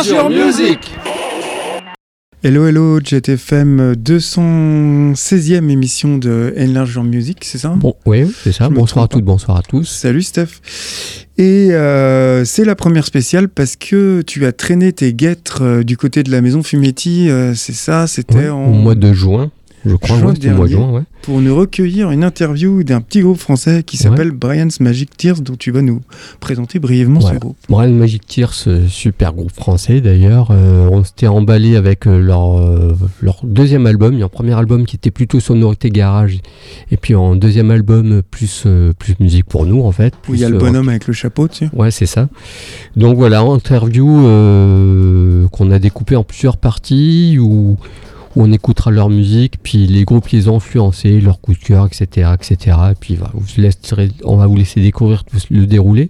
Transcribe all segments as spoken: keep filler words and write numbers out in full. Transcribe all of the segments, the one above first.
Enlarge your music. Hello, hello, Jet F M, deux cent seizième émission de Enlarge Your Music, c'est ça ? Bon, oui, c'est ça. Je bonsoir à toutes, bonsoir à tous. Salut Steph. Et euh, c'est la première spéciale parce que tu as traîné tes guêtres euh, du côté de la maison Fumetti, euh, c'est ça ? C'était ouais, en... au mois de juin. Je crois juin ouais, c'était au mois de juin, ouais. Pour nous recueillir une interview d'un petit groupe français qui s'appelle ouais. Brian's Magic Tears, dont tu vas nous présenter brièvement ouais. ce groupe. Brian's Magic Tears, super groupe français d'ailleurs. Euh, on s'était emballé avec leur, euh, leur deuxième album. Il y a un premier album qui était plutôt sonorité garage, et puis en deuxième album plus, euh, plus musique pour nous en fait. Où il y a le bonhomme euh, avec le chapeau dessus. Ouais, c'est ça. Donc voilà, interview euh, qu'on a découpé en plusieurs parties où où on écoutera leur musique, puis les groupes qui les ont influencés, leurs coups de cœur, et cetera, et cetera. Et puis va, vous laisserez, on va vous laisser découvrir tout le déroulé.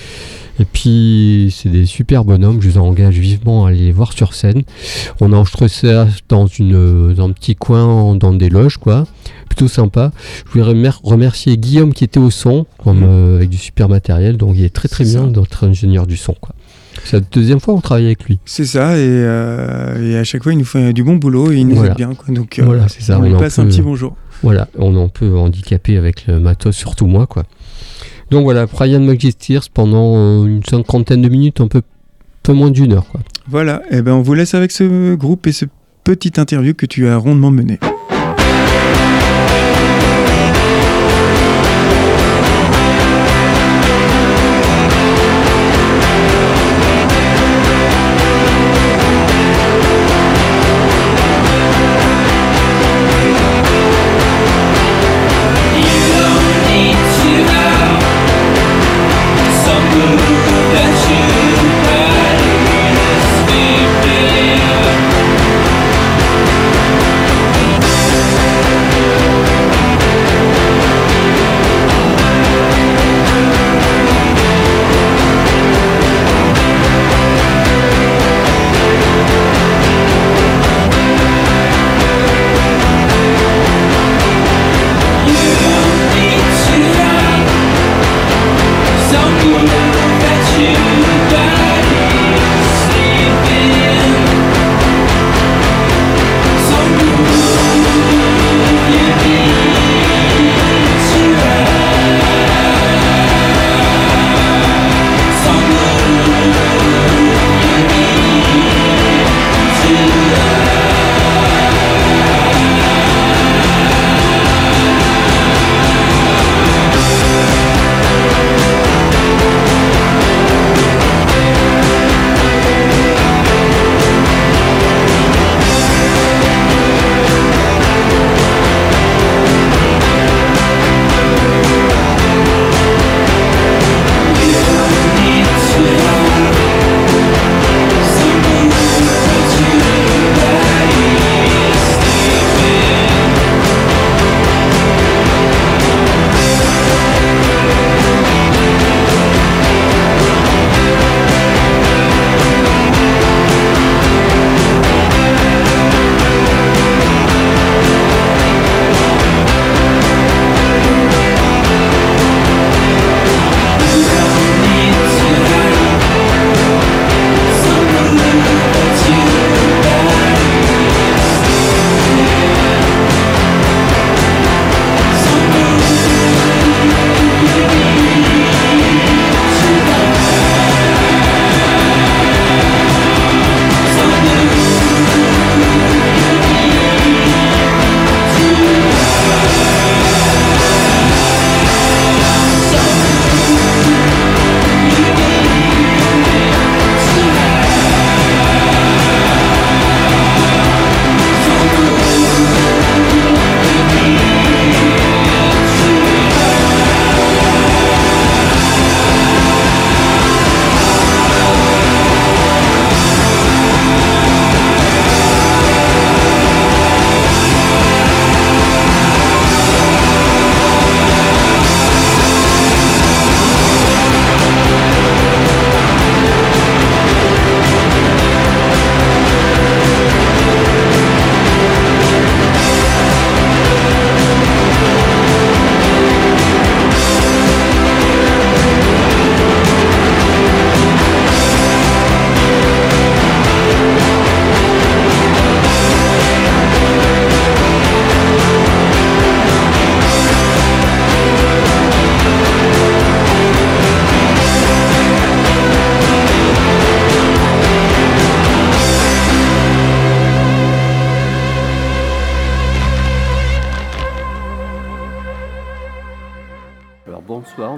Et puis c'est des super bonhommes, je vous engage vivement à aller les voir sur scène. On a enregistré ça dans, une, dans un petit coin, dans des loges, quoi. Plutôt sympa. Je voulais remer- remercier Guillaume qui était au son, comme, mmh. euh, avec du super matériel, donc il est très très c'est bien, ça. Notre ingénieur du son, quoi. C'est la deuxième fois qu'on travaille avec lui. C'est ça, et, euh, et à chaque fois il nous fait du bon boulot et il nous voilà. aide bien, quoi. Donc euh, voilà, c'est ça. on, on lui passe peut, un petit bonjour. Voilà, on en peut handicaper avec le matos, surtout moi, quoi. Donc voilà, Brian's Magic Tears pendant une cinquantaine de minutes, un peu, peu moins d'une heure, quoi. Voilà, et ben on vous laisse avec ce groupe et ce petit interview que tu as rondement mené. That you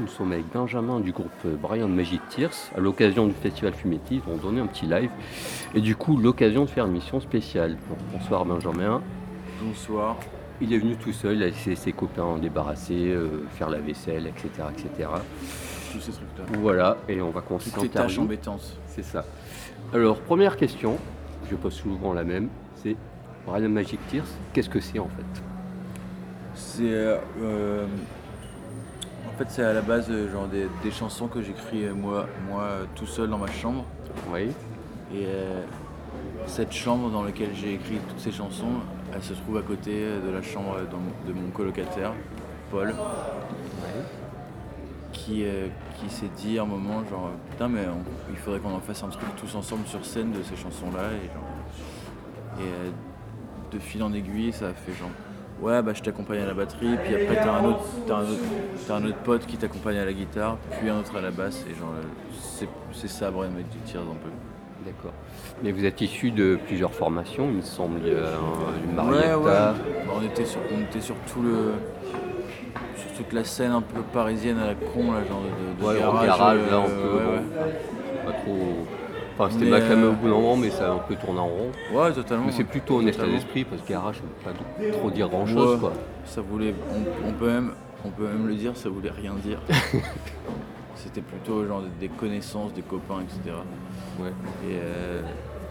nous sommes avec Benjamin du groupe Brian Magic Tears. À l'occasion du festival Fumetti, ils ont donné un petit live. Et du coup, l'occasion de faire une mission spéciale. Donc, bonsoir Benjamin. Bonsoir. Il est venu tout seul, il a laissé ses copains en débarrasser, euh, faire la vaisselle, et cetera, et cetera. Tous ces trucs-là. Voilà, et on va commencer Toutes les tâches embêtantes. C'est ça. Alors, première question, je pose souvent la même, c'est Brian Magic Tears, qu'est-ce que c'est en fait? C'est... Euh, en fait, c'est à la base euh, genre des, des chansons que j'écris euh, moi, moi euh, tout seul dans ma chambre. Oui. Et euh, cette chambre dans laquelle j'ai écrit toutes ces chansons, elle se trouve à côté de la chambre de mon colocataire, Paul, Ouais. qui, euh, qui s'est dit à un moment genre putain mais on- il faudrait qu'on en fasse un truc tous ensemble sur scène de ces chansons-là et, genre, et euh, de fil en aiguille ça a fait genre ouais bah je t'accompagne à la batterie puis après t'as un autre t'as un autre, t'as un autre pote qui t'accompagne à la guitare puis un autre à la basse et genre euh, c'est, c'est ça Brian Magic Tears un peu. D'accord. Mais vous êtes issu de plusieurs formations, il me semble, il y a un- une Ouais, Marietta. ouais. Bah, on, était sur, on était sur tout le. Sur toute la scène un peu parisienne à la con, là, genre de, de Ouais, garage. en garage, euh, là, on peut. ouais, ouais. Pas trop. Enfin, c'était Mais, maclamé euh, au bout d'un moment, mais ça a un peu tourné en rond. Ouais, totalement. Mais c'est plutôt un état Totalement. d'esprit, parce que garage, ça ne veut pas trop dire grand chose, Ouais, quoi. Ça voulait. On, on peut même, on peut même le dire, ça voulait rien dire. C'était plutôt genre des connaissances, des copains, et cetera. Ouais. Et euh,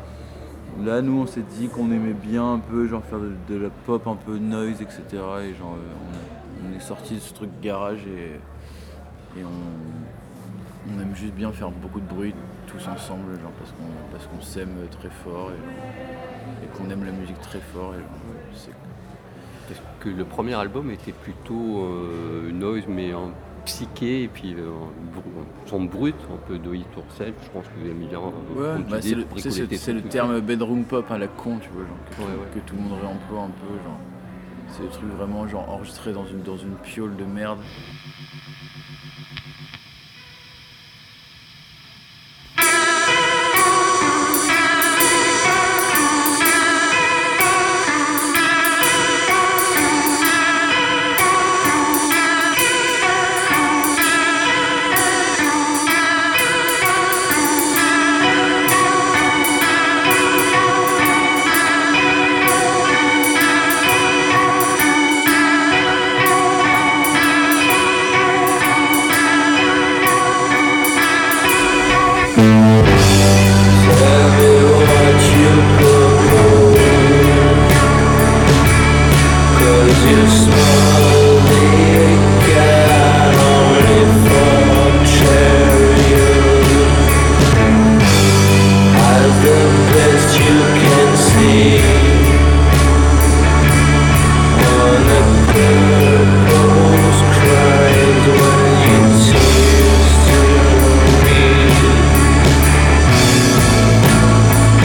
là, nous, on s'est dit qu'on aimait bien un peu, genre faire de, de la pop un peu noise, et cetera. Et genre, euh, on, on est sorti de ce truc garage et, et on, on aime juste bien faire beaucoup de bruit tous ensemble, genre parce qu'on parce qu'on s'aime très fort et, genre, et qu'on aime la musique très fort. Et genre, c'est... Parce que le premier album était plutôt euh, noise, mais un psyché, et puis euh, un br- un son brut, un peu de it yourself. Je pense que vous aimez bien. euh, Ouais, comme tu bah dis, c'est le, bricoler c'est, c'est- tes c'est le trucs. terme bedroom pop à la con, tu vois, genre, que, tout, Ouais, ouais. que tout le monde réemploie un peu, genre. C'est le truc vraiment genre enregistré dans une, dans une piole de merde.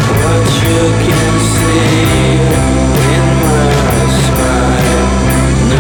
You can see in my smile.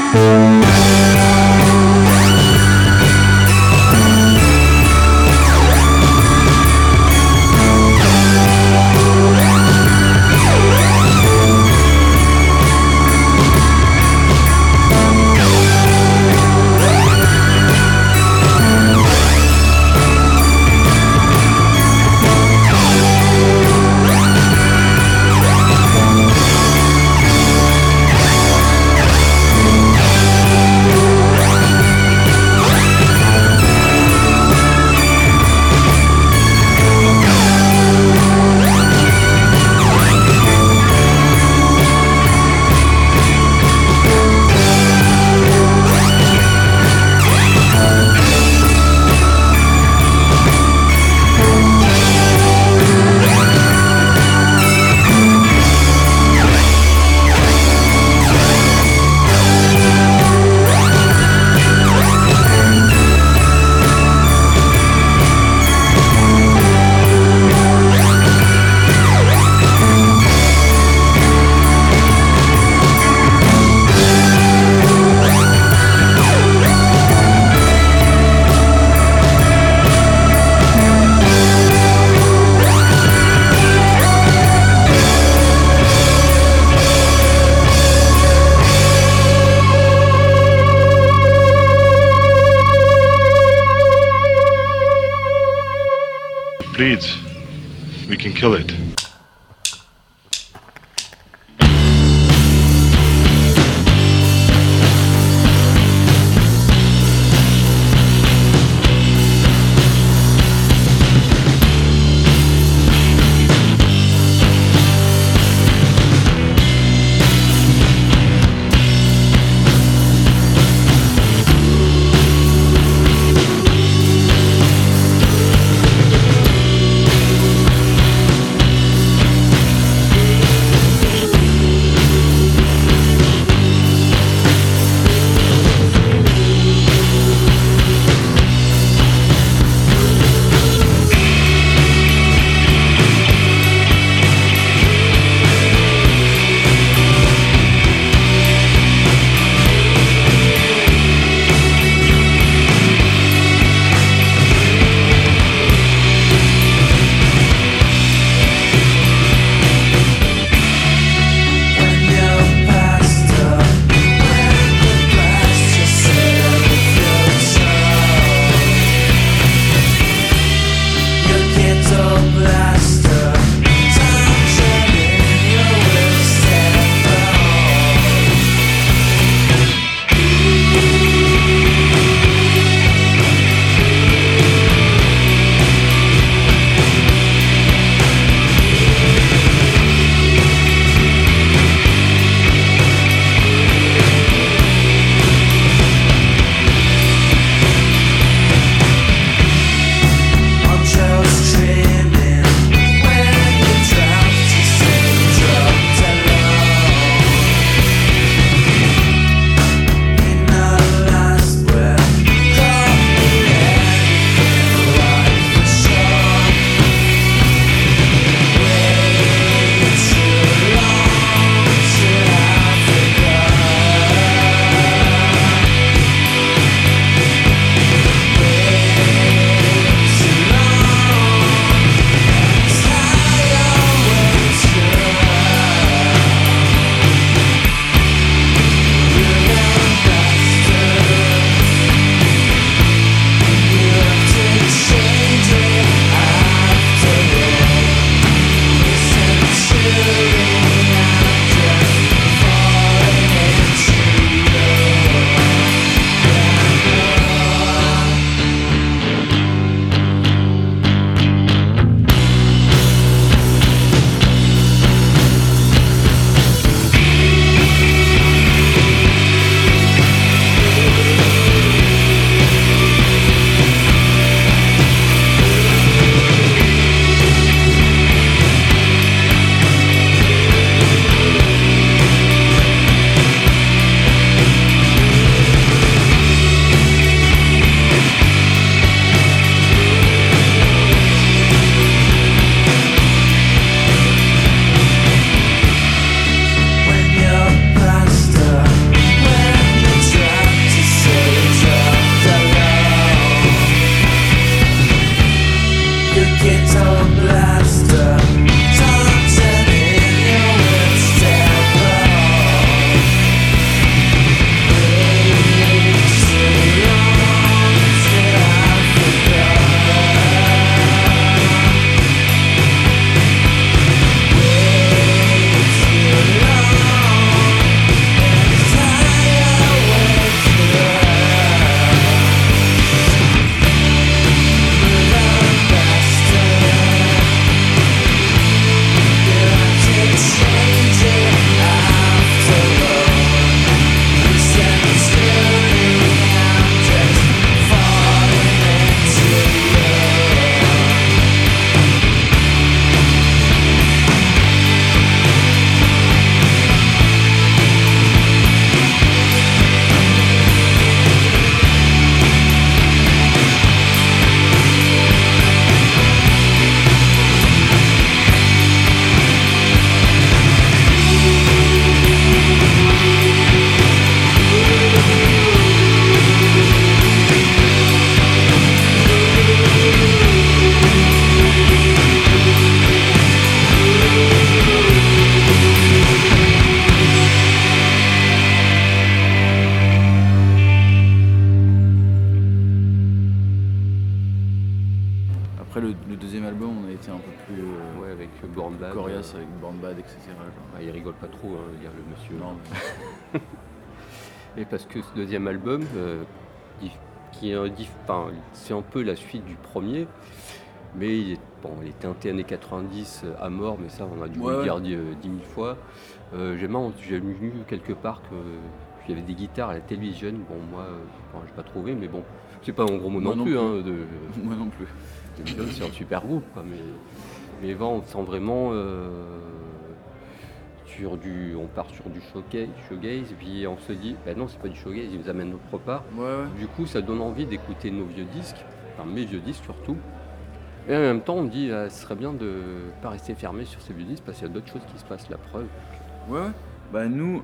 Bleeds, we can kill it. le deuxième album, on a été un peu plus euh, Ouais, avec Born Bad. coriace avec Born Bad, et cetera. Genre. Ah, il rigole pas trop, hein, dire le monsieur. Non, mais- Et parce que ce deuxième album, euh, il- qui est un diff- enfin, c'est un peu la suite du premier, mais il est, bon, il est teinté années quatre-vingt-dix euh, à mort, mais ça on a dû Ouais, le ouais. dire dix euh, dix mille fois. Euh, j'ai marre, j'ai lu quelque part qu'il y avait des guitares à la télévision. Bon, moi, euh, bon, j'ai pas trouvé, mais bon, c'est pas un gros mot Moi non, non plus. plus. Hein, de, moi non plus. Télévision, c'est un super groupe, quoi, mais, mais bon, on sent vraiment. euh, Sur du, on part sur du showgaze, showgaze, puis on se dit, ben non, c'est pas du showgaze, ils nous amènent autre part. Ouais, ouais. Du coup, ça donne envie d'écouter nos vieux disques, enfin mes vieux disques surtout. Et en même temps, on dit, euh, ce serait bien de pas rester fermé sur ces vieux disques parce qu'il y a d'autres choses qui se passent, la preuve. Ouais, ouais. Bah nous,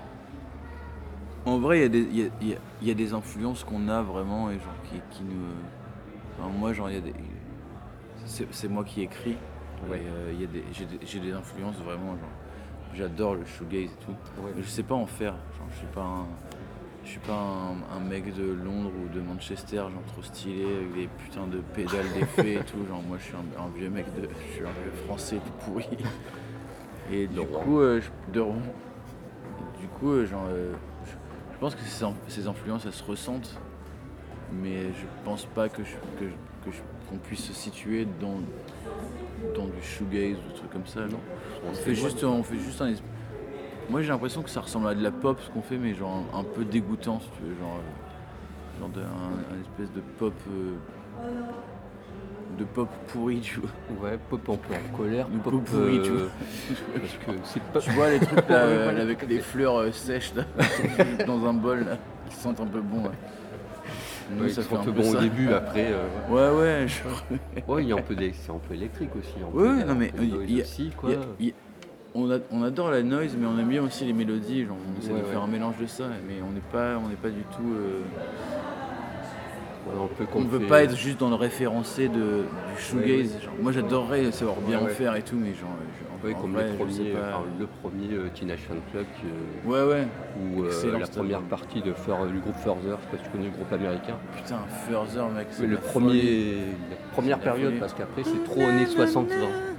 en vrai, il y, a des- il y a- il y a- il y a des influences qu'on a vraiment et genre qui, qui nous... Enfin, moi, genre, il y a des... C'est, c'est moi qui écris. Ouais. Et, euh, il y a des, j'ai, des, j'ai des influences vraiment, genre... J'adore le shoegaze et tout. Ouais. Mais je sais pas en faire. Genre, je suis pas un... Je suis pas un, un mec de Londres ou de Manchester, genre trop stylé, avec des putains de pédales d'effet et tout. Genre, moi, je suis un, un vieux mec de... Je suis un vieux français tout pourri. Et du De Rouen. coup, euh, je- de Rouen. Et du coup, euh, genre, euh, je, je pense que ces, en- ces influences, elles se ressentent, mais je pense pas que je, que je- que je- qu'on puisse se situer dans, dans du shoegaze ou des trucs comme ça. Non. On fait juste, on fait juste un. es- Moi, j'ai l'impression que ça ressemble à de la pop ce qu'on fait, mais genre un, un peu dégoûtant, si tu veux, genre, euh, genre de, un, un espèce de pop, euh, de pop pourri, tu vois. Ouais, pop un peu en colère, Du pop pop pourri, tu euh, vois. parce que c'est pas. Tu vois les trucs là, euh, avec les fleurs euh, sèches là, dans un bol là, qui sentent un peu bon. Là. Nous, Ouais, ça ils fait sont un peu peu bon ça. au début, après. euh, Ouais, ouais, je... Ouais, il y a un peu d'é- c'est un peu électrique aussi. Un peu, Ouais, un non mais peu de noise il y a- aussi, quoi. il y a- il y a- on, a- on adore la noise, mais on aime bien aussi les mélodies. Genre, on essaie Ouais, de faire ouais. un mélange de ça, mais on n'est pas, on n'est pas du tout. euh, Ouais, un peu on qu'on ne veut fait- pas être juste dans le référencé de, du shoegaze. Ouais, Genre, moi, j'adorerais savoir bien Ouais, en ouais. faire et tout, mais genre, je- en, Ouais, en comme vrai, le je sais premier, pas. enfin, le premier euh, Teenage Fan Club, qui, euh, Ouais, ouais. ou euh, Excellent, la cet première album. partie de Fur- du groupe Further, je sais pas si tu connais le groupe américain. Putain, Further, mec. c'est Mais le la premier, folie. la première C'est la période, folie. parce qu'après c'est trop années soixante-vingt.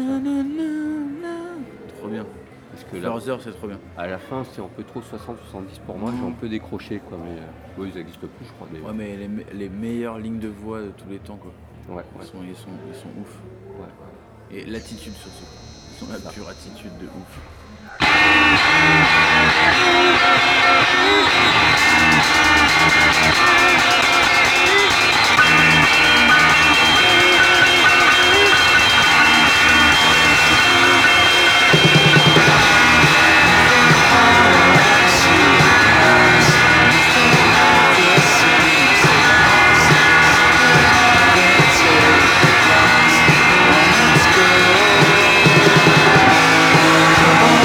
Trop bien. Parce que là, Further, c'est trop bien. à la fin, c'est un peu trop soixante soixante-dix pour moi, j'ai un peu décroché, quoi. Mais euh, ouais, ils n'existent plus, je crois. Mais, Ouais, mais les, me- les meilleures lignes de voix de tous les temps, quoi. ouais, Ils, ouais, sont, ils, sont, ils sont ouf. ouais, ouais. Et l'attitude surtout. Ils ont la pure attitude de ouf. Come on.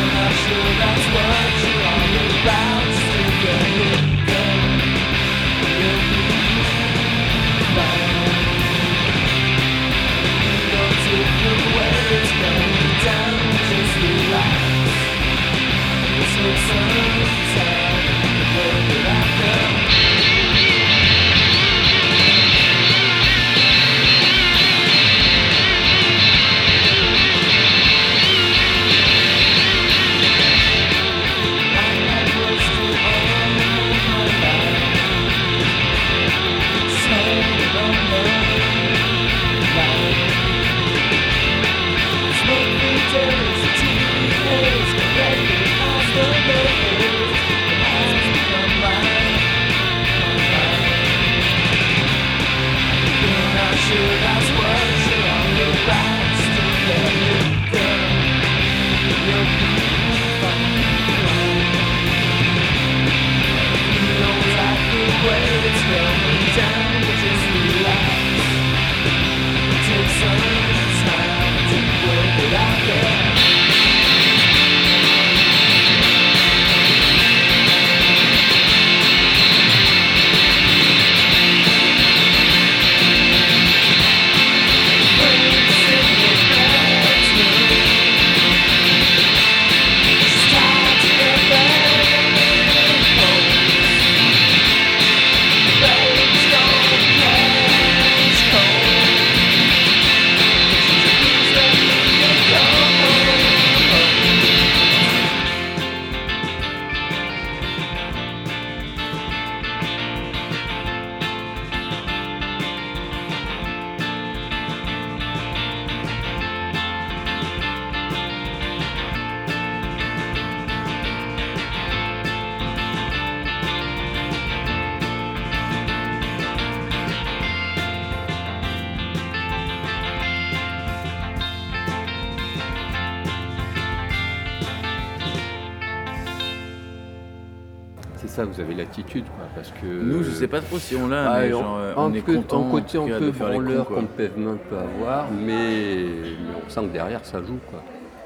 ça, vous avez l'attitude, quoi, parce que... Nous, je sais pas trop si on l'a, Ah, mais et en- genre, euh, un on est peu- content un côté en un tout cas, peu de faire les cons, branleur quoi. comme Pavement peut avoir, mais, mais on sent que derrière ça joue, quoi.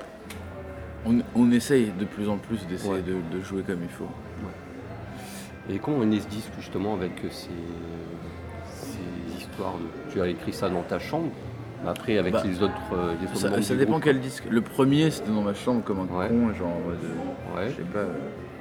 On, on essaye de plus en plus d'essayer Ouais. de, de jouer comme il faut. Et comment on est ce disque justement avec ces, ces histoires de- Tu as écrit ça dans ta chambre, mais après avec Bah, les autres, euh, les autres Ça, membres ça du dépend groupe. quel disque. Le premier, c'était dans ma chambre comme un Ouais. con, genre en mode. euh, Ouais. Je sais pas. euh,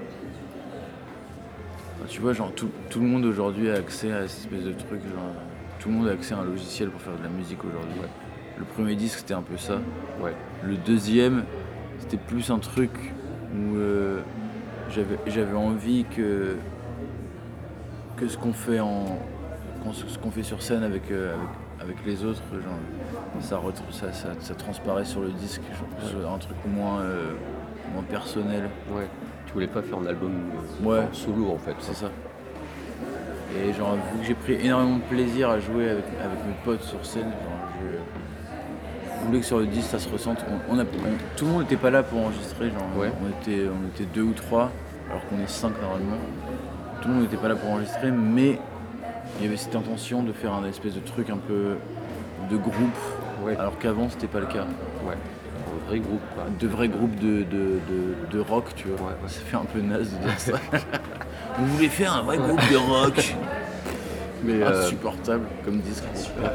enfin, tu vois, genre tout, tout le monde aujourd'hui a accès à cette espèce de truc. Genre, tout le monde a accès à un logiciel pour faire de la musique aujourd'hui. Ouais. Le premier disque, c'était un peu ça. Ouais. Le deuxième, c'était plus un truc où euh, j'avais, j'avais envie que, que ce qu'on fait en qu'on- ce qu'on fait sur scène avec, euh, avec, avec les autres, genre, ça, retr- ça, ça, ça transparaît sur le disque, genre, sur un truc moins, euh, moins personnel. Ouais. Tu voulais pas faire un album euh, Ouais. en solo en fait. C'est ça. Et genre, vu que j'ai pris énormément de plaisir à jouer avec, avec mes potes sur scène, genre, je, je voulais que sur le disque ça se ressente. On, on a, on- tout le monde n'était pas là pour enregistrer, genre, Ouais. on, était, on était deux ou trois, alors qu'on est cinq normalement. Tout le monde n'était pas là pour enregistrer, mais il y avait cette intention de faire un espèce de truc un peu de groupe, Ouais. alors qu'avant c'était pas le cas. Ouais. Un vrai groupe, quoi. De vrais groupes de, de, de, de rock, tu vois. Ouais, ouais. Ça fait un peu naze de dire ça. On voulait faire un vrai groupe de rock. Mais euh, Insupportable comme disque. Super.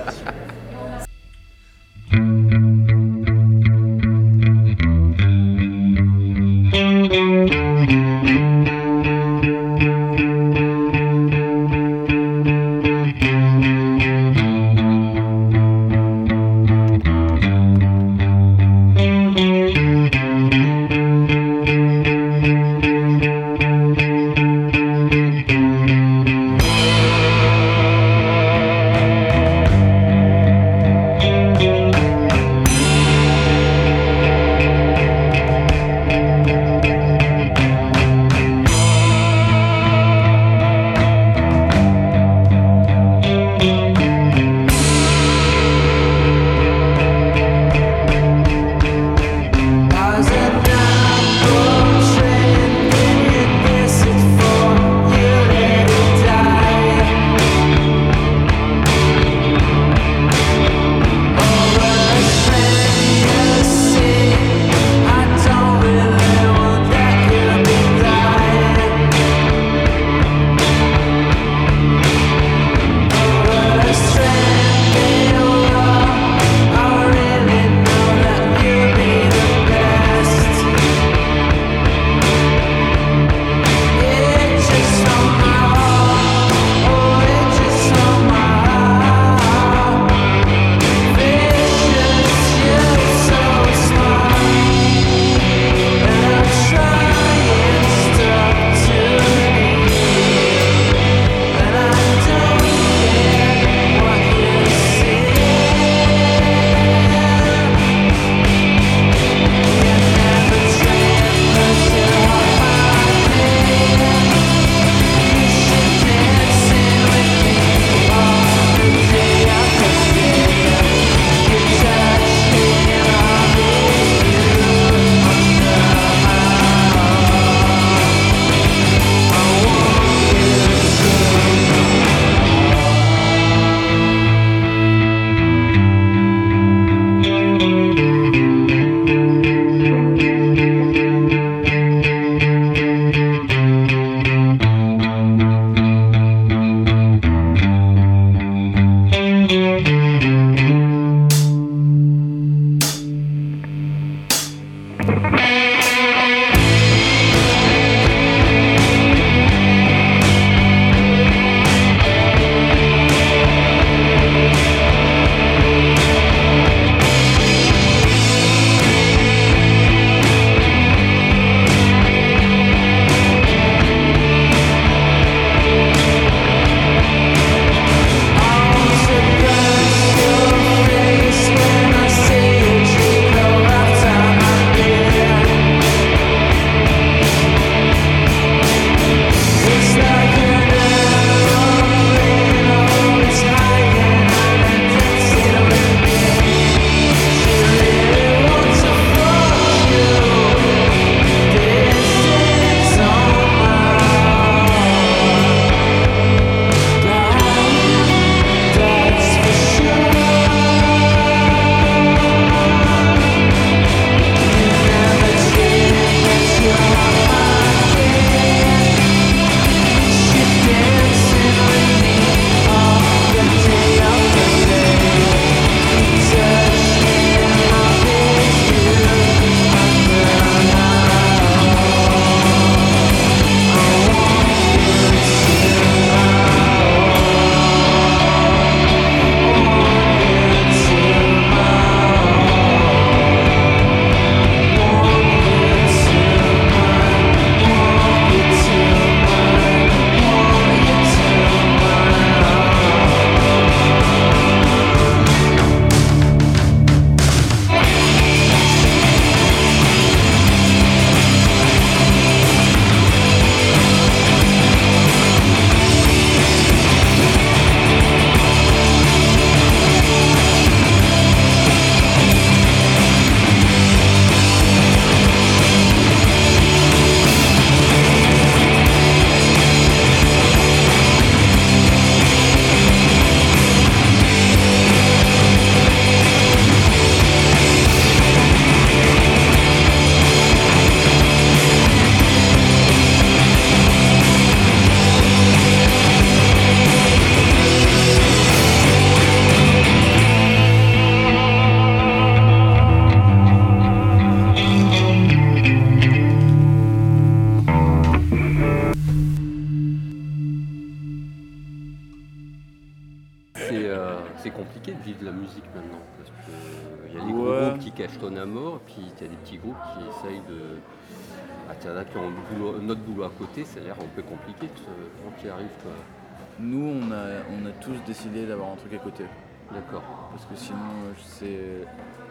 compliqué de vivre de la musique maintenant, parce qu'il y a les Ouais. gros groupes qui cachetonnent à mort, puis il y a des petits groupes qui essayent de... Ah, il y en a qui ont le boulot, notre boulot à côté, ça a l'air un peu compliqué de se- quand tu y arrives, quoi. Nous, on a, on a tous décidé d'avoir un truc à côté. D'accord. Parce que sinon, euh, c'est.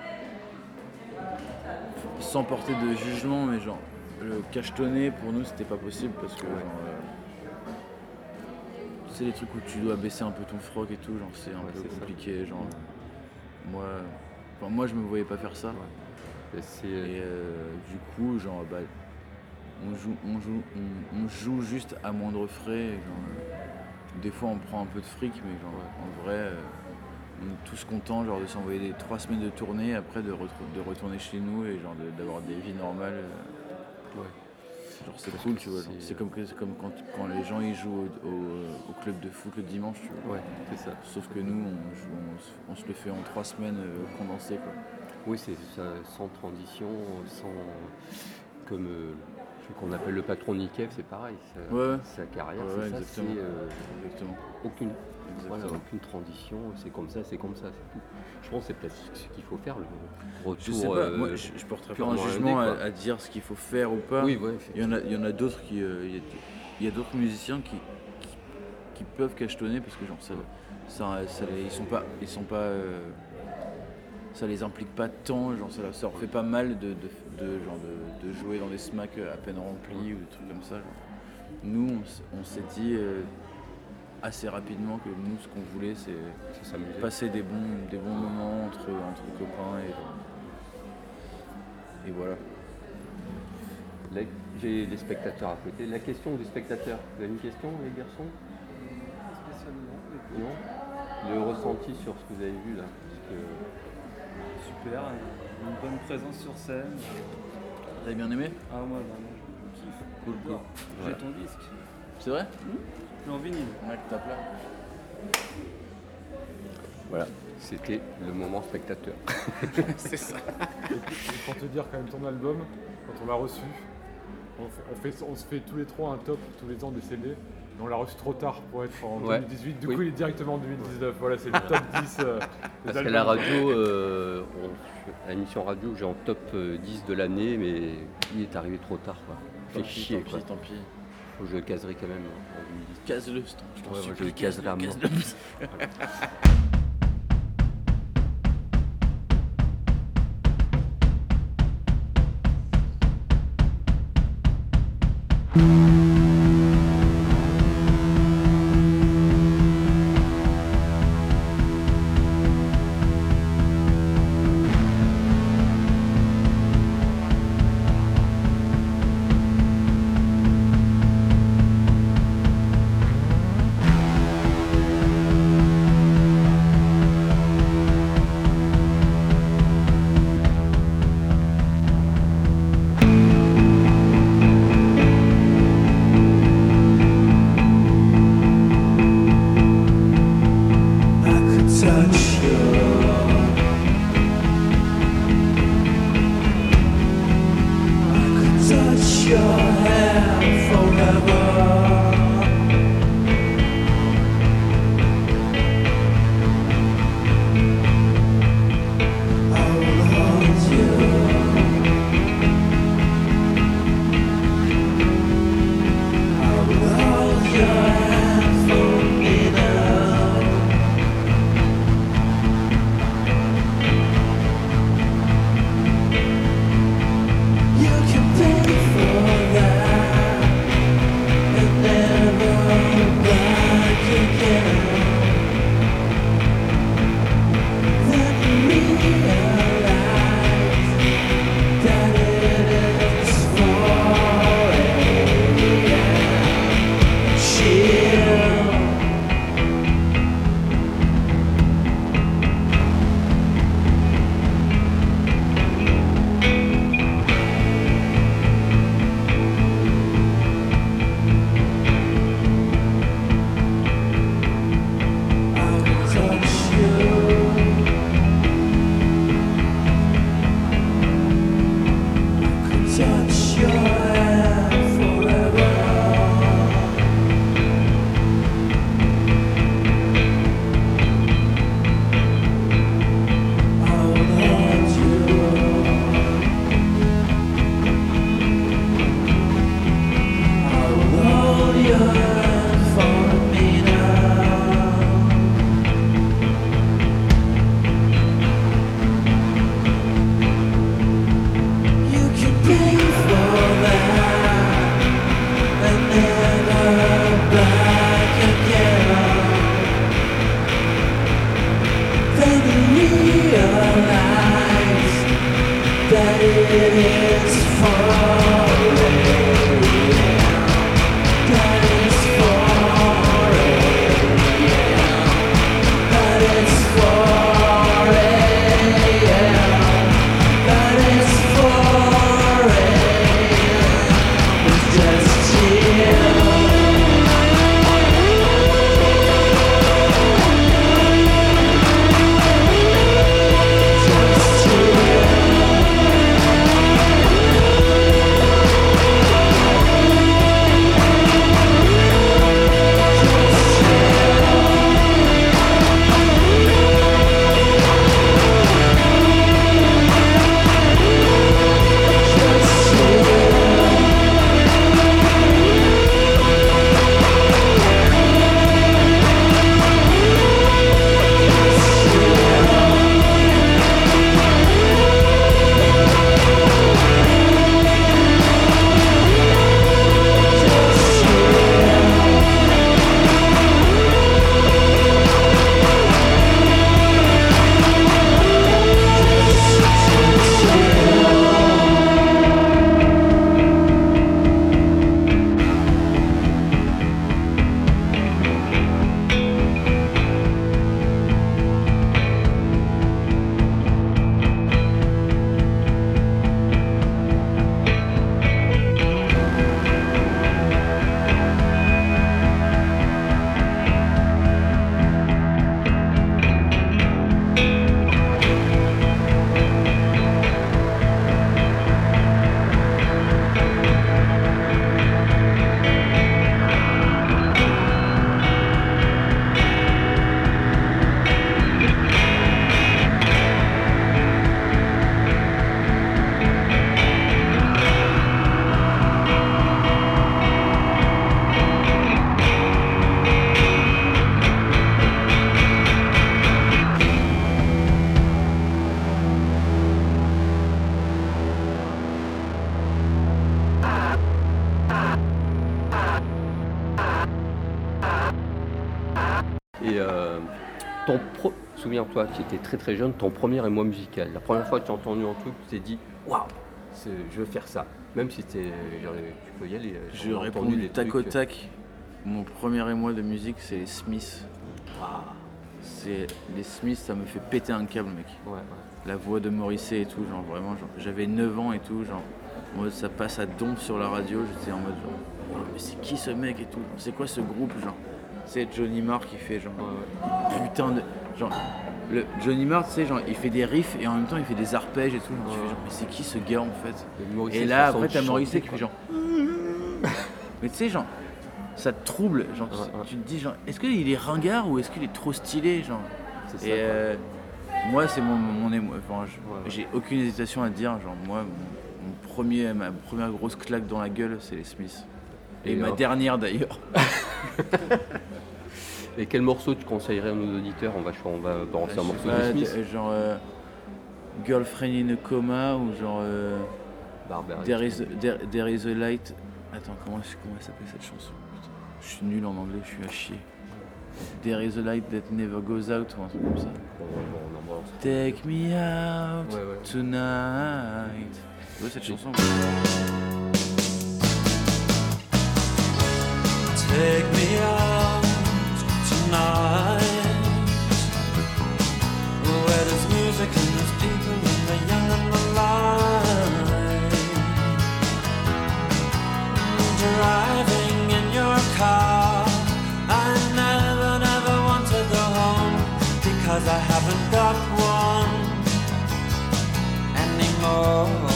Sans porter de jugement, mais genre, le cachetonner pour nous, c'était pas possible parce que, Ouais. genre. euh, c'est les trucs où tu dois baisser un peu ton froc et tout, genre, c'est un Ouais, peu c'est ça. compliqué. Genre, moi, enfin, moi, je me voyais pas faire ça. Et c'est... Et euh, du coup, genre, bah, on joue, on joue, on, on joue juste à moindre frais. Genre, euh, des fois, on prend un peu de fric, mais genre, en vrai, euh, on est tous contents genre, de s'envoyer des trois semaines de tournée, après de, retrou- de retourner chez nous et genre, de- d'avoir des vies normales. euh, Ouais. Genre, c'est Parce cool, que tu vois. genre. c'est- C'est comme, que- c'est comme quand, quand les gens ils jouent au, au- au club de foot le dimanche, tu vois. Ouais, c'est ça. Sauf que nous, on, joue- on se- on se le fait en trois semaines euh, condensées, quoi. Oui, c'est ça, sans transition, sans... Comme euh, ce qu'on appelle le patron Nikev, c'est pareil. Sa, Ouais. sa carrière, Ouais, c'est ouais, ça, exactement. c'est euh, Exactement. aucune, Exactement. voilà, aucune transition, c'est comme ça, c'est comme ça, c'est tout. Je pense que c'est peut-être ce qu'il faut faire, le retour. Je sais pas, euh, moi je, je porterai pas purement un jugement indé, à, quoi. à dire ce qu'il faut faire ou pas. Oui, ouais, Il y en a, il y en a d'autres qui. euh, il y a, il y a d'autres musiciens qui, qui, qui peuvent cachetonner parce que genre ça, ça, ça les- ils sont pas. Ils sont pas euh, ça les implique pas tant, genre ça, leur- ça leur fait pas mal de, de, de, genre de, de jouer dans des smacks à peine remplis ou des trucs comme ça. genre. Nous on, s- on s'est dit euh, assez rapidement que nous ce qu'on voulait c'est c'est s'amuser. passer des bons, des bons moments entre, entre copains et, et voilà. Là, j'ai les spectateurs à côté. La question des spectateurs, vous avez une question, les garçons? Spécialement. Non. Le ressenti sur ce que vous avez vu là, parce que Super, une bonne présence sur scène. Vous avez bien aimé? Ah, moi, vraiment, je kiffe. Cool, cool. J'ai Voilà. ton disque. C'est vrai? Je l'ai en vinyle. Mec, tape là. voilà, c'était le moment spectateur. C'est ça. Et pour te dire quand même ton album, quand on l'a reçu, on, fait- on, fait- on se fait tous les trois un top tous les ans des C D, mais on l'a reçu trop tard pour être en Ouais. deux mille dix-huit, du Oui. coup il est directement en deux mille dix-neuf, voilà c'est le top dix euh, des Parce qu'à albums. la radio, euh, on- à l'émission radio, j'ai en top euh, dix de l'année, mais il est arrivé trop tard, quoi. Tant Fait pis, chier, tant quoi. pis, tant pis. Faut que je le caserai quand même en deux mille dix. Case-le, je t'en- je t'en Ouais, ouais, supplie, je le caserai à casse-le, mort. casse-le. You can pay for that. Et euh, ton pro... souviens-toi, tu étais très très jeune, ton premier émoi musical. La première fois que tu as entendu un truc, tu t'es dit waouh, je veux faire ça. Même si c'était, genre, tu peux y aller. J'ai répondu du tac au tac. Mon premier émoi de musique, c'est les Smiths. Wow. C'est les Smiths, ça me fait péter un câble, mec. Ouais, ouais. La voix de Morrissey et tout, genre vraiment, genre, j'avais neuf ans et tout, genre, en mode, ça passe à Dompe sur la radio, j'étais en mode genre, oh, mais c'est qui ce mec et tout, c'est quoi ce groupe, genre, c'est Johnny Marr qui fait genre, Ouais, ouais. putain de, genre, le Johnny Marr, tu sais, genre, il fait des riffs et en même temps il fait des arpèges et tout, genre, tu fais genre, mais c'est qui ce gars en fait? Et, Morrissey, et là façon après de t'as chanter, Morrissey qui quoi. fait genre, mais tu sais, genre, ça te trouble, genre, tu, Ouais, ouais. tu te dis genre, est-ce qu'il est ringard ou est-ce qu'il est trop stylé, genre? C'est ça, Et quoi. euh, moi, c'est mon, mon émoi. Enfin, je- Ouais, ouais. j'ai aucune hésitation à dire. Genre, moi, mon, mon premier, ma première grosse claque dans la gueule, c'est les Smiths. Et, Et ma hop. dernière d'ailleurs. Et quel morceau tu conseillerais à nos auditeurs? On va, on va balancer un morceau Ouais, de Smith. d- genre euh, Girlfriend in a Coma ou genre euh, Barbaric. There is, there, there is a light. Attends, comment, comment elle s'appelle cette chanson? Putain, je suis nul en anglais, je suis à chier. There is a light that never goes out ou un truc comme ça. Bon, bon, on embrasse. Take me out Ouais, ouais. tonight. Tu vois cette chanson? Take me out tonight, where there's music and there's people and the young and the light. Driving in your car, I never, never want to go home, because I haven't got one anymore.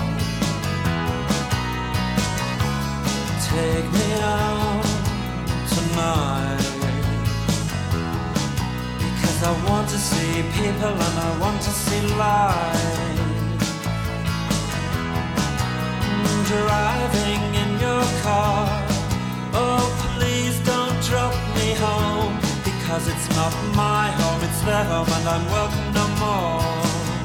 Take me out tonight, because I want to see people and I want to see light. Driving in your car, oh please don't drop me home, because it's not my home, it's their home and I'm welcome no more.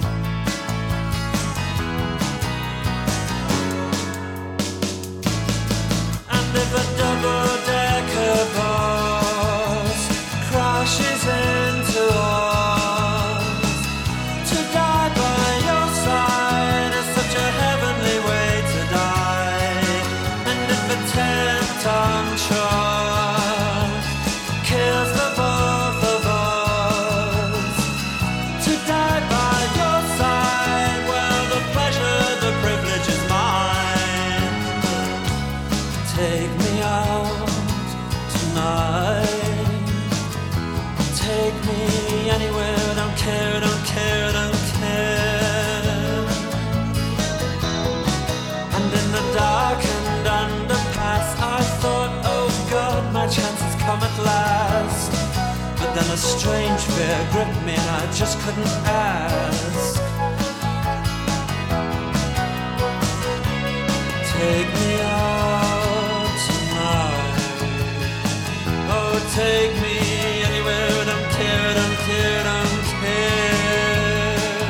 And if a double-decker bus crashes into us, to die by your side is such a heavenly way to die. And if a ten-ton truck kills the both of us, to die by your side, well, the pleasure, the privilege is mine. Take me out tonight, take me anywhere, don't care, don't care, don't care. And in the darkened underpass, I thought, oh God, my chance has come at last. But then a strange fear gripped me and I just couldn't ask. Take me out tonight, oh take me anywhere, don't care, don't care, don't care.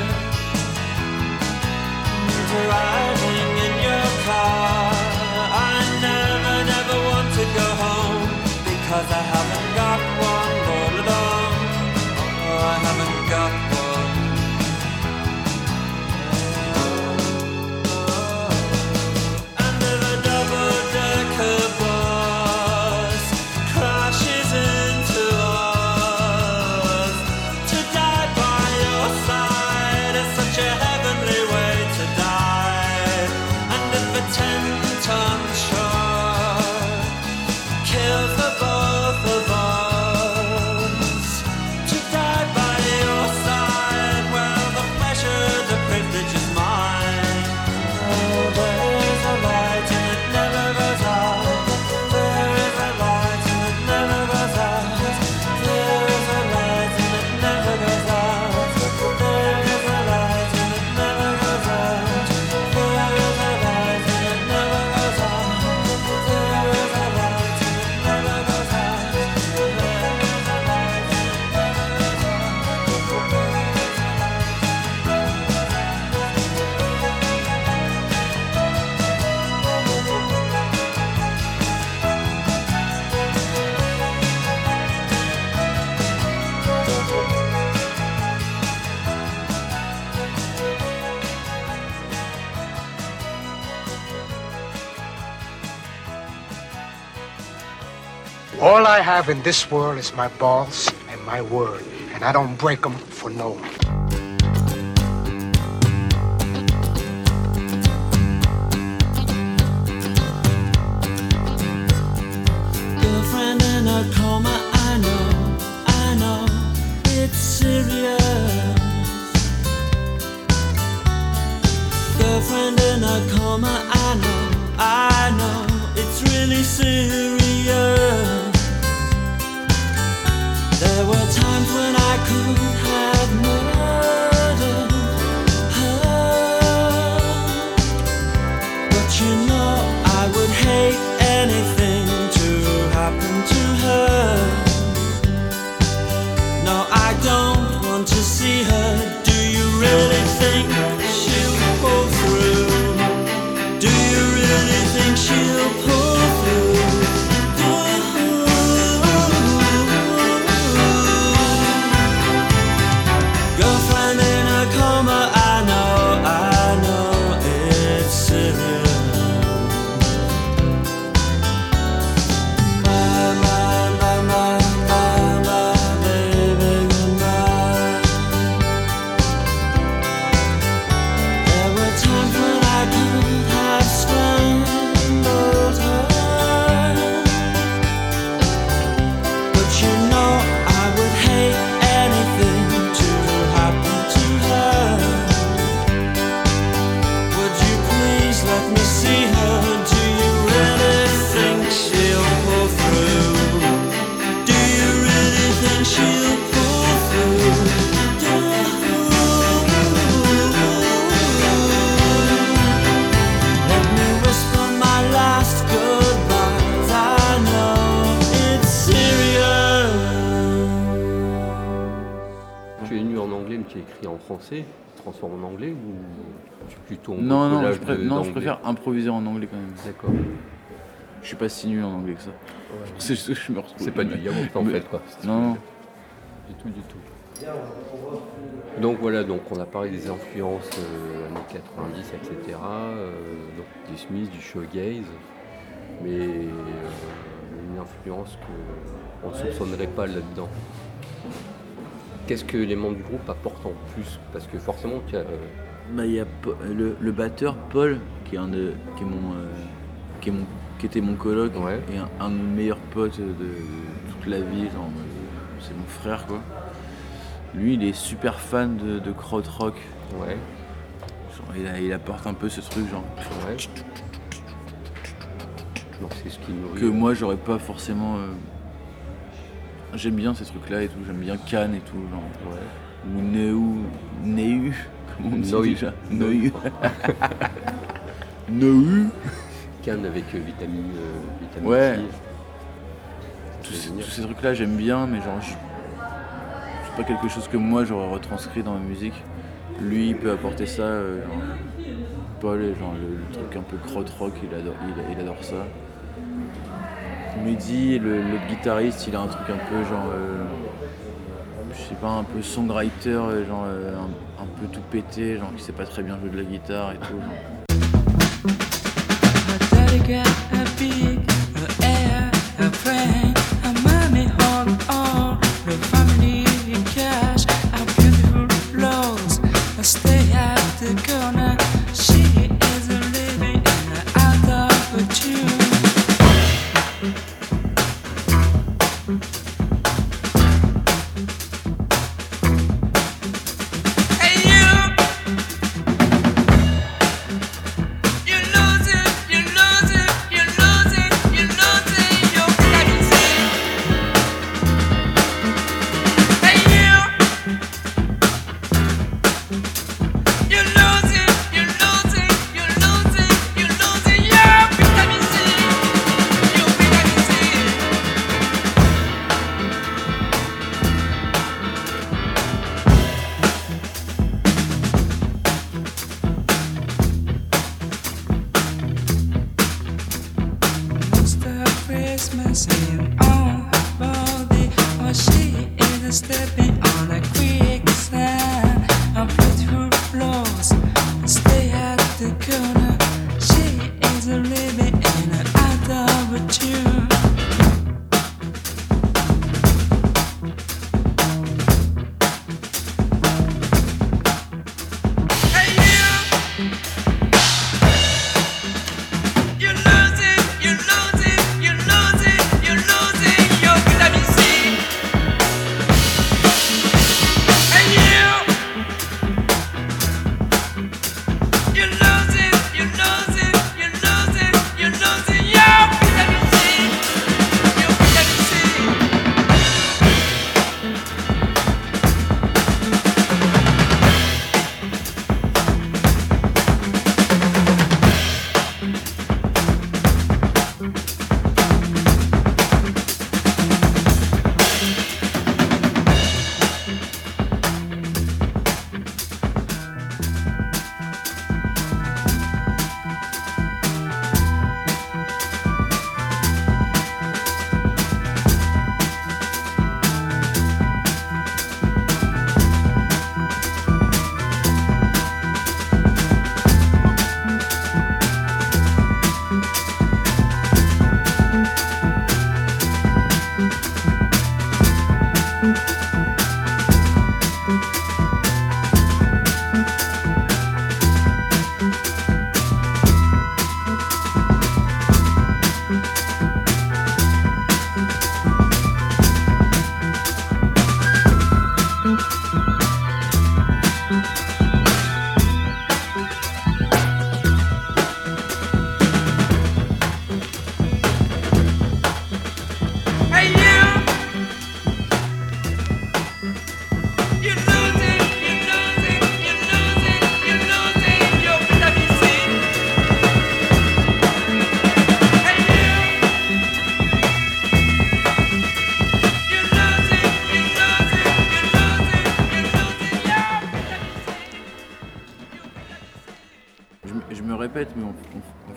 Driving in your car, I never, never want to go home, because I haven't got one all alone. Oh, I haven't got one All I have in this world is my balls and my word, and I don't break them for no one. Girlfriend in a coma, I know, I know, it's serious. Girlfriend in a coma, I know, I know, it's really serious. There were times when I could have murdered her, but you know I would hate anything to happen to her. No, I don't want to see her. Do you really think she'll pull through? Do you really think she'll pull through? Girlfriend in a coma, I know, I know it's serious. My, my, my, my, my, my baby, goodbye. There were times when I could have strangled her, but you know I would hate anything to happen to her. Would you please let me see her? Do you really think she'll pull through? Do you really think she'll pull through? Let me whisper my last goodbyes. I know it's serious. Tu es nu en anglais, mais tu es écrit en français. Tu transformes en anglais ou tu es plutôt en Non, non, collage je, pré- de- non je d'anglais? préfère improviser en anglais quand même. D'accord. Je suis pas si nul en anglais que ça. C'est juste que je me retrouve. C'est pas du yaourt en Mais- fait quoi. Non, non. Du tout, du tout. Donc voilà, donc on a parlé des influences euh, années quatre-vingt-dix, et cetera. euh, donc des Smiths, du shoegaze, mais euh, une influence qu'on ne soupçonnerait pas là-dedans. Qu'est-ce que les membres du groupe apportent en plus? Parce que forcément, tu as, euh, Bah, il y a Po- le, le batteur Paul qui est un de, qui est mon, euh, qui est mon, qui était mon coloc Ouais. et un, un de mes meilleurs potes de, de toute la vie, genre, euh, c'est mon frère quoi. Lui, il est super fan de, de krautrock. ouais, Genre, il, a- il apporte un peu ce truc genre ouais. Donc c'est ce qui nourrit. que moi j'aurais pas forcément. euh, J'aime bien ces trucs-là et tout. J'aime bien Cannes et tout, genre. Ouais. Ou Neu, Neu, comment on dit Neu. déjà Neu. Neu. Cannes avec euh, vitamine, euh, vitamine Ouais. C. Tous C'est ces, génial. tous ces trucs-là, j'aime bien, mais genre, je- c'est pas quelque chose que moi j'aurais retranscrit dans ma musique. Lui, il peut apporter ça, euh, genre, Paul, genre le, le truc un peu krautrock, il adore, il, il adore ça. Mehdi, le, le guitariste, il a un truc un peu genre, euh, je sais pas, un peu songwriter, euh, genre euh, un, un peu tout pété, genre qui sait pas très bien jouer de la guitare et tout. Genre. A daddy got a big a air, a brain, a mommy hold on, the family cash, a beautiful rose, a stay at the corner. She is a living in an out of a tune. Hey you! You lose it, you lose it, you lose it, you lose it, your privacy. Hey you! You lose it, you lose it, you lose it, you lose it, your privacy. Your privacy. Mr. Christmas in on her body, or she is stepping on a quicksand. A beautiful rose, stay at the corner. She is living in an out of a tune.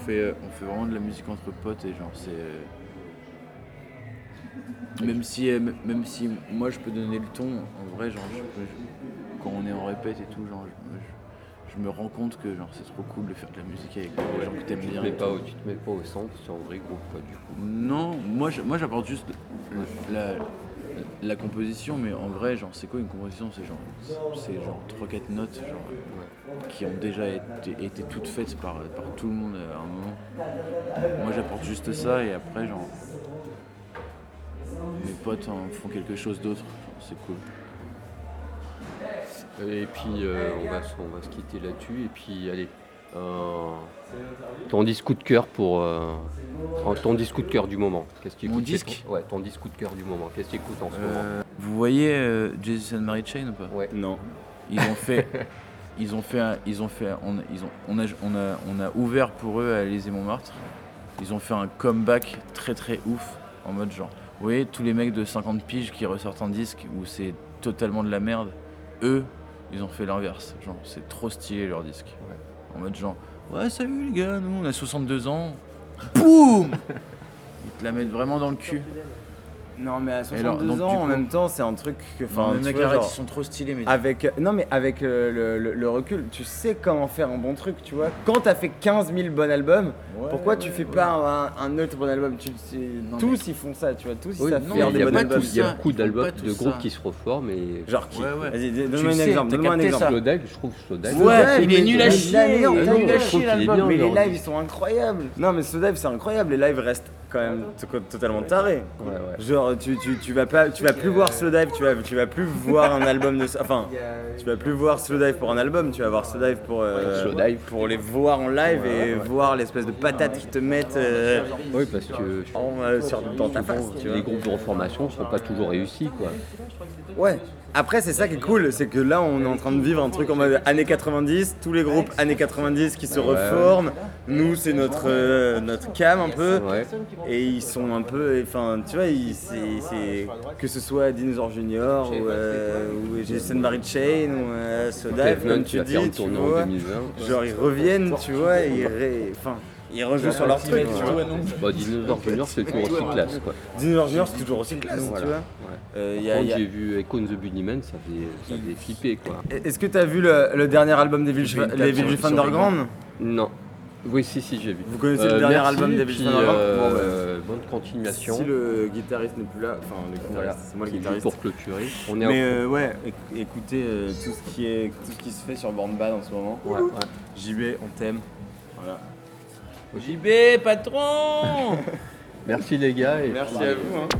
fait, euh, on fait vraiment de la musique entre potes et genre c'est... euh, Même si, euh, m- même si moi je peux donner le ton, en vrai, genre, je peux- je- quand on est en répète et tout, genre, je, je- je me rends compte que genre, c'est trop cool de faire de la musique avec des gens que t'aimes Tu te bien. mets et pas tout. au, tu te mets pas au centre, c'est un vrai groupe quoi du coup. Non, moi, je- moi j'apporte juste la, la composition, mais en vrai, genre, c'est quoi une composition? C'est genre, c'est genre trois quatre notes genre, qui ont déjà été, été toutes faites par, par tout le monde à un moment. Moi j'apporte juste ça et après, genre, mes potes en font quelque chose d'autre, genre, c'est cool. Et puis euh, on, va, se- on va se quitter là-dessus et puis allez. euh, ton disque coup de cœur pour euh, en- ton disque coup de cœur du moment. Qu'est-ce que tu Mon écoutes? disque Ouais, ton disque coup de cœur du moment. Qu'est-ce que tu écoutes en ce moment? Euh, vous voyez euh, Jesus and Mary Chain ou pas? Ouais. Non. Ils ont fait, ils ont fait, un- ils ont fait, on, ils ont, on a, on a, on a ouvert pour eux à Élysée-Montmartre. Ils ont fait un comeback très très ouf en mode genre, vous voyez tous les mecs de cinquante piges qui ressortent un disque où c'est totalement de la merde. Eux, ils ont fait l'inverse. Genre, c'est trop stylé leur disque. En mode genre, ouais salut les gars, nous on a soixante-deux ans. Boum. Ils te la mettent vraiment dans le cul. Non, mais à Et alors, soixante-deux donc, ans, du en coup- même temps, c'est un truc que. Non, Enfin, mais tu mec, vois, arrête, genre, ils sont trop stylés, mais. Avec, non, mais avec euh, le, le- le recul, tu sais comment faire un bon truc, tu vois. Quand t'as fait quinze mille bons albums, Ouais, pourquoi tu ouais, fais ouais. pas un, un autre bon album? Tu, c'est- Non, Tous mais- ils font ça, tu vois. Tous Oui, ils savent non, faire mais il des y a bons pas albums. tout beaucoup, il y a ça, beaucoup ils font d'albums, pas tout de groupes ça. qui se reforment et Genre qui? Ouais, ouais. Vas-y, Tu donne-moi un sais, exemple. t'as Donne-moi un capté exemple. ça. Slowdive, je trouve Slowdive. Ouais, il est mais- nul à mais chier. il est Il est nul à nul à chier, chier, il est l'album. bien, Mais les leur lives ils sont incroyables. Non mais ce dive c'est incroyable, les lives restent quand même t- totalement tarés. Ouais, ouais. Genre tu, tu, tu vas pas tu vas plus voir Slow Dive, tu vas tu vas plus voir un album de enfin tu vas plus voir Slow Dive pour un album, tu vas voir Slow Dive pour euh, Slow Dive. pour les voir en live et voir l'espèce de patate qu'ils te mettent euh, Oui, parce que en, euh, sur, dans ta face, tu vois. les groupes de reformation sont pas toujours réussis quoi. Ouais. Après c'est ça qui est cool, c'est que là on est en train de vivre un truc en mode années quatre-vingt-dix, tous les groupes années quatre-vingt-dix qui se reforment. Nous c'est notre euh, notre cam un peu. Ouais. Et ils sont un peu, enfin, tu vois, ils- c'est, c'est- que ce soit Dinosaur Junior ou, euh, ou Jason Barry Chain ou euh, Soda, Pavement comme qui tu va faire dis, une tu tournée en vois, deux mille vingt. genre ils reviennent, tu vois, et ils, ré- enfin, ils rejouent sur leur truc, tu vois. Bah, Dinosaur Junior c'est toujours aussi classe quoi. Dinosaur Junior c'est toujours aussi classe, Voilà. tu vois. Ouais. Euh, y a- Quand y a- j'ai vu Echo and the Bunnymen, ça faisait, ça faisait flipper quoi. Est-ce que tu as vu le, le dernier album des Village, J'ai une les tape Village sur- sur Underground? Non. Oui, si, si, j'ai vu. Vous connaissez le dernier merci, album des puis, Village Underground? euh, Bon, bah, euh, bonne continuation. Si le guitariste n'est plus là, enfin le guitariste, Voilà, c'est moi le qui est guitariste. pour clôturer. On est Mais en- euh, ouais, éc- écoutez euh, tout ce qui est tout ce qui se fait sur Born Bad en ce moment. Ouais, ouais. J B, on t'aime. Voilà. J B, patron. Merci les gars. Et Merci puis- à vous. Hein.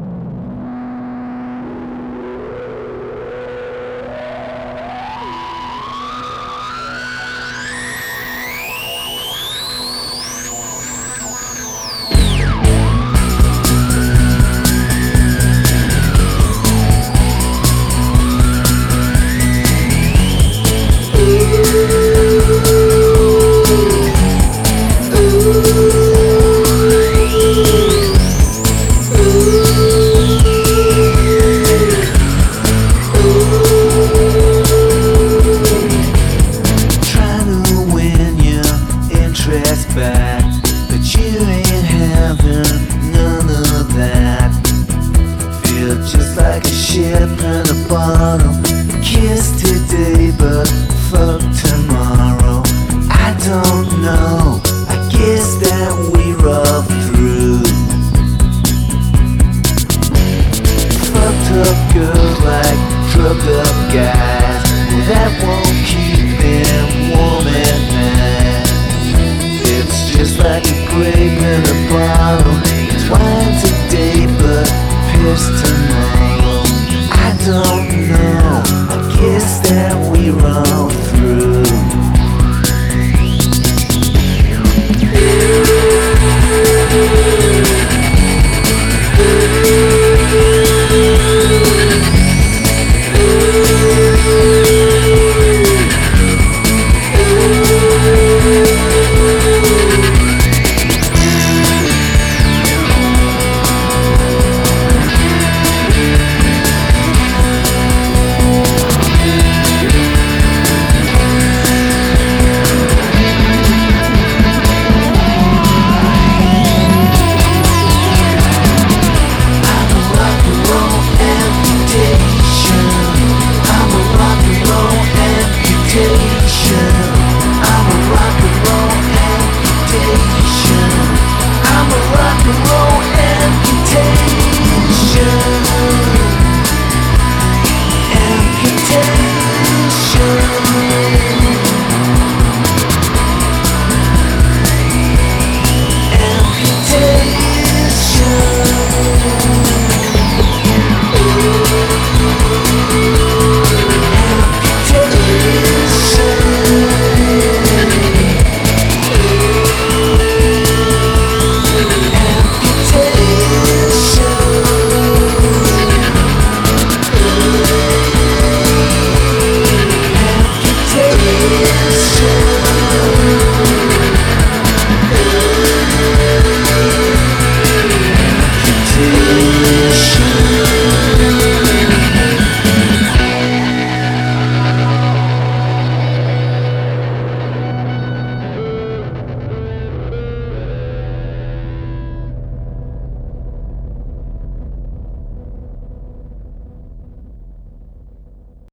Trying to win your interest back, but you ain't having none of that. Feel just like a ship in a bottom.